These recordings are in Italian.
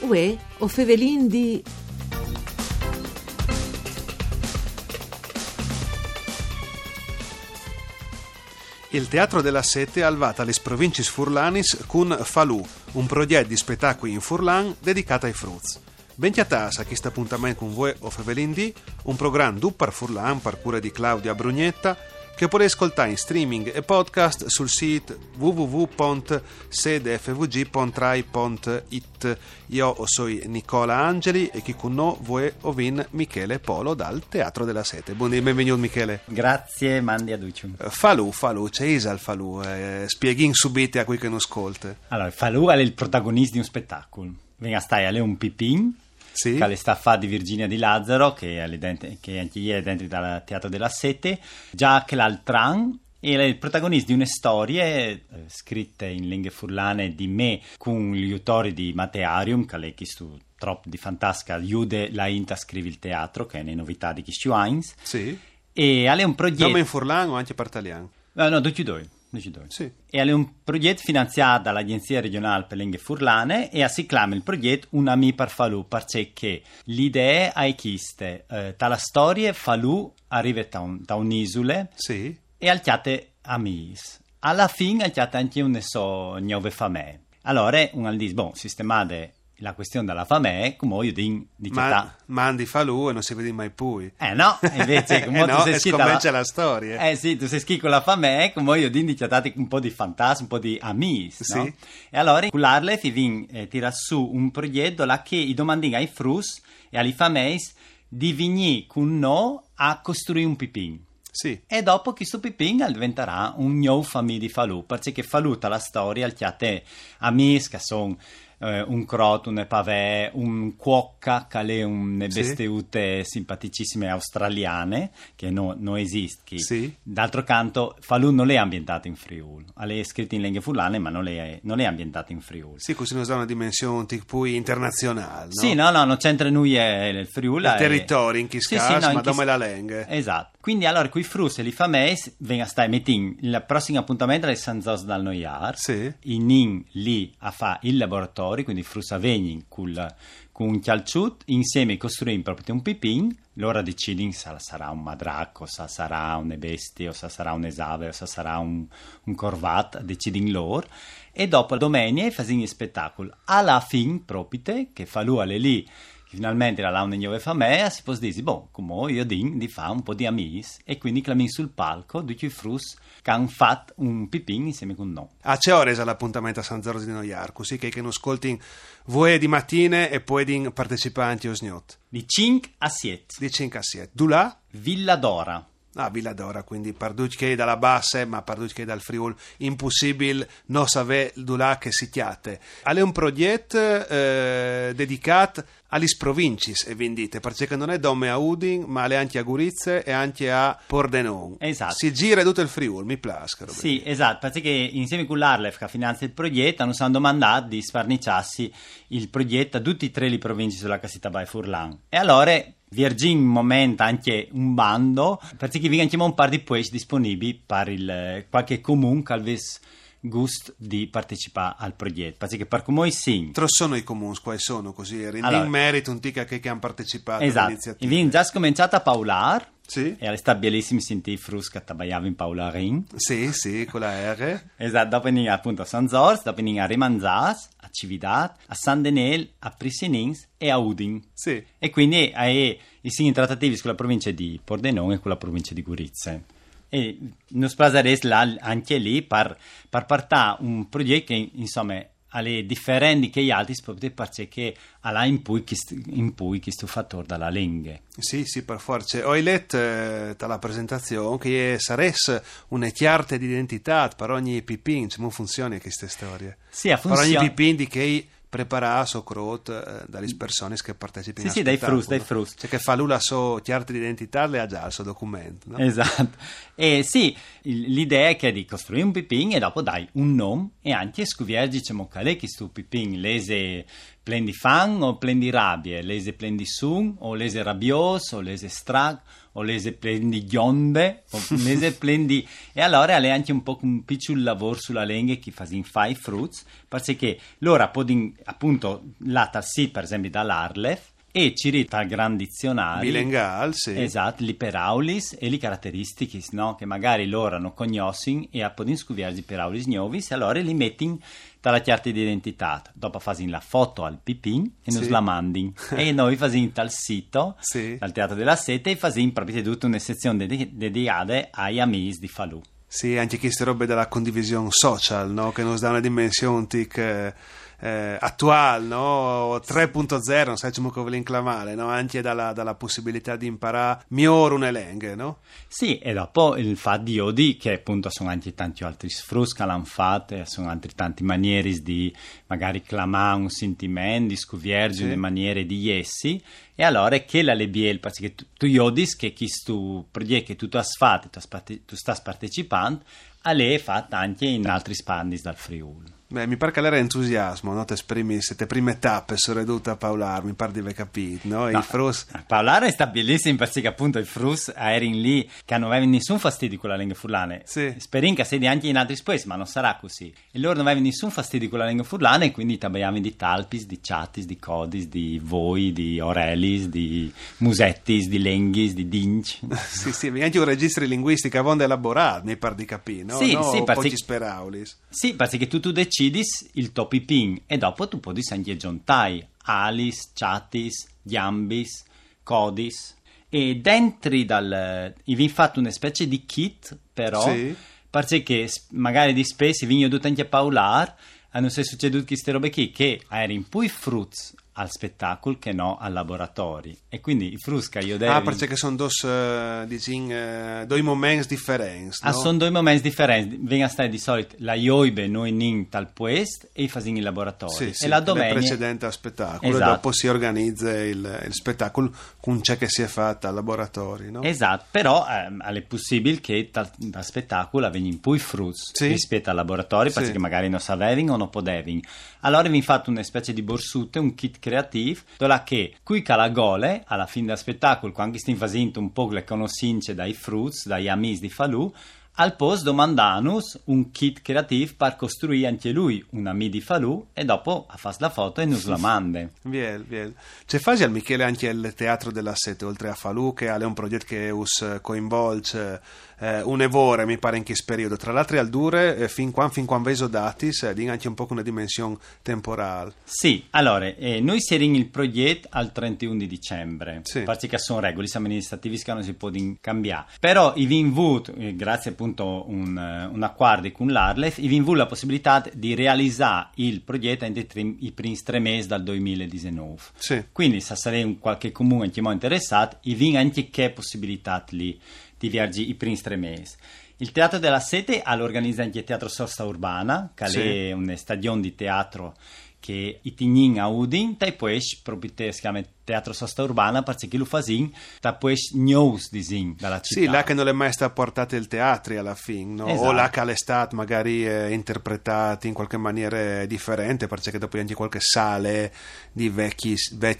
Uè, o fevelin di... Il Teatro della Sete alvata les provincis furlanis cun Falù, un progetto di spettacoli in Furlan dedicato ai fruz. Bentiatas a questo appuntamento con voi o fevelin di, un programma du par Furlan par cura di Claudia Brugnetta, che potete ascoltare in streaming e podcast sul sito www.sedefvg.rai.it. Io sono Nicola Angeli e chi con noi vuoi ovin Michele Polo dal Teatro della Sete. Benvenuto Michele. Grazie, mandi a Ducium. Falù, c'è Isa il Falù, spieghin subito a qui che non ascolta. Allora, Falù è il protagonista di un spettacolo. Venga stai a lei un pipin. Sì. Che sta fa di Virginia Di Lazzaro, che anche ieri è dentro dal Teatro della Sete, già che l'altran è il protagonista di una storia scritte in lingue furlane di me con gli autori di Matearium, che lei stu troppo di fantastica aiuta la Inta a scrivere il teatro, che è una novità di Kishu Heinz. Sì. E è un progetto... Nome in furlan o anche per italiano? No, tutti e due. Sì. E è un progetto finanziato dall'Agenzia regionale per le lingue furlane e si chiama il progetto Un Ami per Falù, perché l'idea è questa, dalla storia Falù arriva da un'isola sì. E al chiate amis. Alla fine al chiate anche un nuove famiglie. Allora, un dice, sistemate la questione della famiglia, come io dico, mandi Falù e non si vede mai più. No, invece come tu sei scritto la storia. Sì, tu sei scritto con la famiglia, come io dico, un po' di fantasmi, un po' di amici, sì. No? E allora, con l'Arle ti viene tira su un progetto là che i domandini ai frus e alle famiglie di venire con noi a costruire un pipin. Sì. E dopo questo pipin diventerà un nuovo famiglia di Falù, perché Falù la storia al chiate amici che sono un crot, un pavè, un cuocca, che è un vestute simpaticissime australiane, che non esiste. Sì. D'altro canto, Falù non è ambientato in Friuli, è scritto in lingue furlane, ma non è ambientato in Friuli. Sì, così non ha una dimensione poi internazionale, no? Sì, no, non c'entra noi il Friuli. Il territorio in Chiscas, ma dove la lingua. Esatto. Quindi allora, qui frus e li famiglie vengono a stare metti il prossimo appuntamento è San Zos dal Noiar, sì. In lì a fare il laboratorio, quindi frus a vegni con un chialciut, insieme costruire proprio un pipin, loro decidono se sarà un madracco, se sarà una bestia, o se sarà un esave, o se sarà un corvat, decidono loro, e dopo domenica fanno il spettacolo. Alla fine, proprio, che fa lui alle lì, finalmente la launa in nuove famiglie, si può dire, come io dico di fare un po' di amici, e quindi clamin sul palco, tutti i frus che hanno fatto un pipin insieme con noi. C'è ora l'appuntamento a San Zorzi di Noiar, così che non ascolti voi di mattina e poi di partecipanti o sgnot. Di 5 a 7. Di 5 a 7. Dula? Villa d'Ora. Villa d'Ora, quindi parduc che dalla bassa, ma parduc che dal Friul, impossibile non sapere dove che si chiate. È un progetto dedicato alle provincis e vendite, perché non è dome a Udin, ma è anche a Gurizze e anche a Pordenone. Esatto. Si gira tutto il Friul, mi piace. Sì, esatto, perché insieme con l'Arlef che finanzia il progetto hanno siamo domandato di sfarniciarsi il progetto a tutti e tre le province sulla casita by Furlan. E allora Virgin momenta anche un bando perché vi anche un par di poeti disponibili per qualche comune che avesse gusto di partecipare al progetto, perché per come sì. Sono i comuni, quali sono così? Rendi in merito un tica che hanno partecipato all'iniziativa. Esatto, già cominciato a Paular. Sì. E sta bellissimi sentire frus che tagliava in Paularin. Sì, con la R. Esatto, dopo venire appunto a San Zors, dopo venire a Remanzas, a Cividat, a San Denel, a Prisinins e a Udin. Sì. E quindi i segni trattativi con la provincia di Pordenone e con la provincia di Gurizze. E non spaseremo anche lì per portare un progetto che insomma alle differenti che gli altri proprio perché ha in cui questo fattore dalla lingua. Sì, per forza. Ho letto dalla presentazione che sarebbe una chiarte di identità per ogni pipin, come funziona questa storia? Sì, funziona. Per ogni pipin di che prepara so crot dalle persone che partecipano. Sì, dai frus. Cioè che fa lui la sua chiarte di identità le ha già il suo documento, no? Esatto. E sì, l'idea è che di costruire un pipin e dopo dai un nome e anche scoprire diciamo qual è questo pipin lese plen di fan o plen di rabbia, lese plen di sun o lese rabbios o lese strag o lese plen di gionde o lese plen di... E allora è anche un po' un piccolo lavoro sulla lingua che fa in fai fruits, perché loro appunto là tal sit per esempio dall'Arlef e ci rita il gran dizionario bilingual, sì. Esatto, li peraulis e le caratteristiche, no? Che magari loro non conoscono e a podin scuviarsi peraulis nuovi e allora li metti dalla chiarta di identità. Dopo fasi la foto al pipin e sì. nos la mandi. E noi fasi dal sito, sì. dal Teatro della Sete, e fasi proprio tutta una sezione dedicata ai amici di Falù. Sì, anche queste robe della condivisione social, no? Che nos dà una dimensione attuale, no? 3.0, non sai come voglio inclamare, no? Anche dalla possibilità di imparare migliore una lingua, no? Sì, e dopo il fatto di Odi, che appunto sono anche tanti altri sfrus che l'hanno fatto, sono altri tanti manieri di magari clamare un sentimento, di scuviergi sì. le maniere di essi, e allora è che la lebiel, perché tu Iodis che chi tu progetto che tu hai fatto, tu stai partecipando, a lei è fatta anche in altri spandis dal Friuli. Beh, mi pare che l'era entusiasmo, no? Te esprimi queste prime tappe sono ridotte a parlare, mi pare di aver capito, no? No, I frus... Parlare sta bellissimo perché appunto i frus erano lì che non avevano nessun fastidio con la lingua furlana. Sì. Sperin che sedi anche in altri paesi, ma non sarà così. E loro non avevano nessun fastidio con la lingua furlana e quindi abbiamo di talpis, di chatis, di codis, di voi, di orelis, di musettis, di lenghis, di dinch. Sì, anche un registro linguistico avonde elaborato, mi pare di capire, no? Sì, no? sì, Pochi speraulis. Sì, perché tu decidi il topipin e dopo tu puoi anche aggiuntai alis, chatis, giambis, codis e dentro vi fatto una specie di kit però sì. perché magari di spesso vi ho dovuto anche parlare non si è succeduto queste robe qui che erano in poi fruits al spettacolo che no al laboratorio e quindi i frusca io devo perché sono due momenti differenti, no? Sono due momenti differenti vengono a stare di solito la ioibe noi in tal puest e facciamo in laboratorio sì, e la domenica precedente al spettacolo esatto. E dopo si organizza il spettacolo con ciò che si è fatto al laboratorio, no? Esatto, però è possibile che da spettacolo avvenga poi fruits sì. rispetto al laboratorio perché sì. magari non sapevano o non potevano allora vi fatto una specie di borsute un kit creativo dove che qui la gole alla fine del spettacolo quando stiamo facendo un po' le conoscenze dai fruits dagli amici di Falù al post domandanus un kit creativo per costruire anche lui una amici di Falù e dopo a fare la foto e nos la manda Viel. C'è fasi al Michele anche il Teatro della Sete oltre a Falù che è un progetto che us coinvolge un evore mi pare in questo periodo tra l'altro al dure fin quando veso datis di anche un po' con una dimensione temporale. Sì, allora noi siamo il progetto al 31 di dicembre sì. perché sono regole amministrativi che non si può cambiare però i vinvut grazie appunto un accordo con l'Arlef i vinvut la possibilità di realizzare il progetto i primi 3 mesi dal 2019 sì. quindi se sarei un qualche comune che mi interessato i vin anche che possibilità lì di viaggi i primi 3 mesi. Il Teatro della Sete organizza anche il Teatro Sosta Urbana, che sì. È un stagione di teatro che i tignin a Udin, e poi proprio si chiama Teatro Sosta Urbana, perché lo fa da poi news di Zin, dalla città. Sì, là che non è mai stato portato il teatro alla fine, no? Esatto. O là che è stato magari interpretato in qualche maniera differente, perché dopo anche qualche sale di vecchi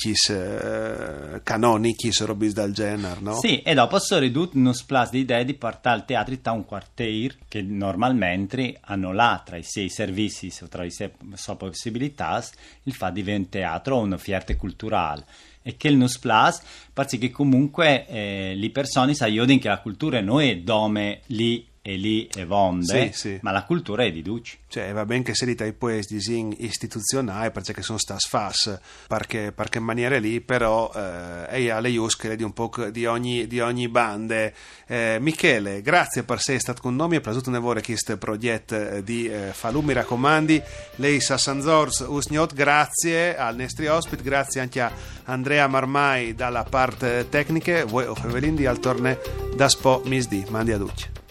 canonici, robe del genere, no? Sì, e dopo sono ridotto uno splash di idee di portare il teatro da un quartiere che normalmente hanno là tra i 6 servizi o tra i 6 possibilità il fa diventare un teatro o una fiera culturale e che il nos plus perché comunque le persone sanno che la cultura non è dome lì e vonde, sì. ma la cultura è di duce. Cioè va bene che si dai poesti istituzionali perché sono stas fas perché in maniera lì però è alle iusche di un po' di ogni bande. Michele, grazie per essere stato con noi, mi è piaciuto nevore questo progetto di Falù, mi raccomandi lei sa Sanzors Usniot, grazie al nostri ospiti, grazie anche a Andrea Marmai dalla parte tecnica, voi o Fevelindi al torne da Spo Misdi, mandi a Duce.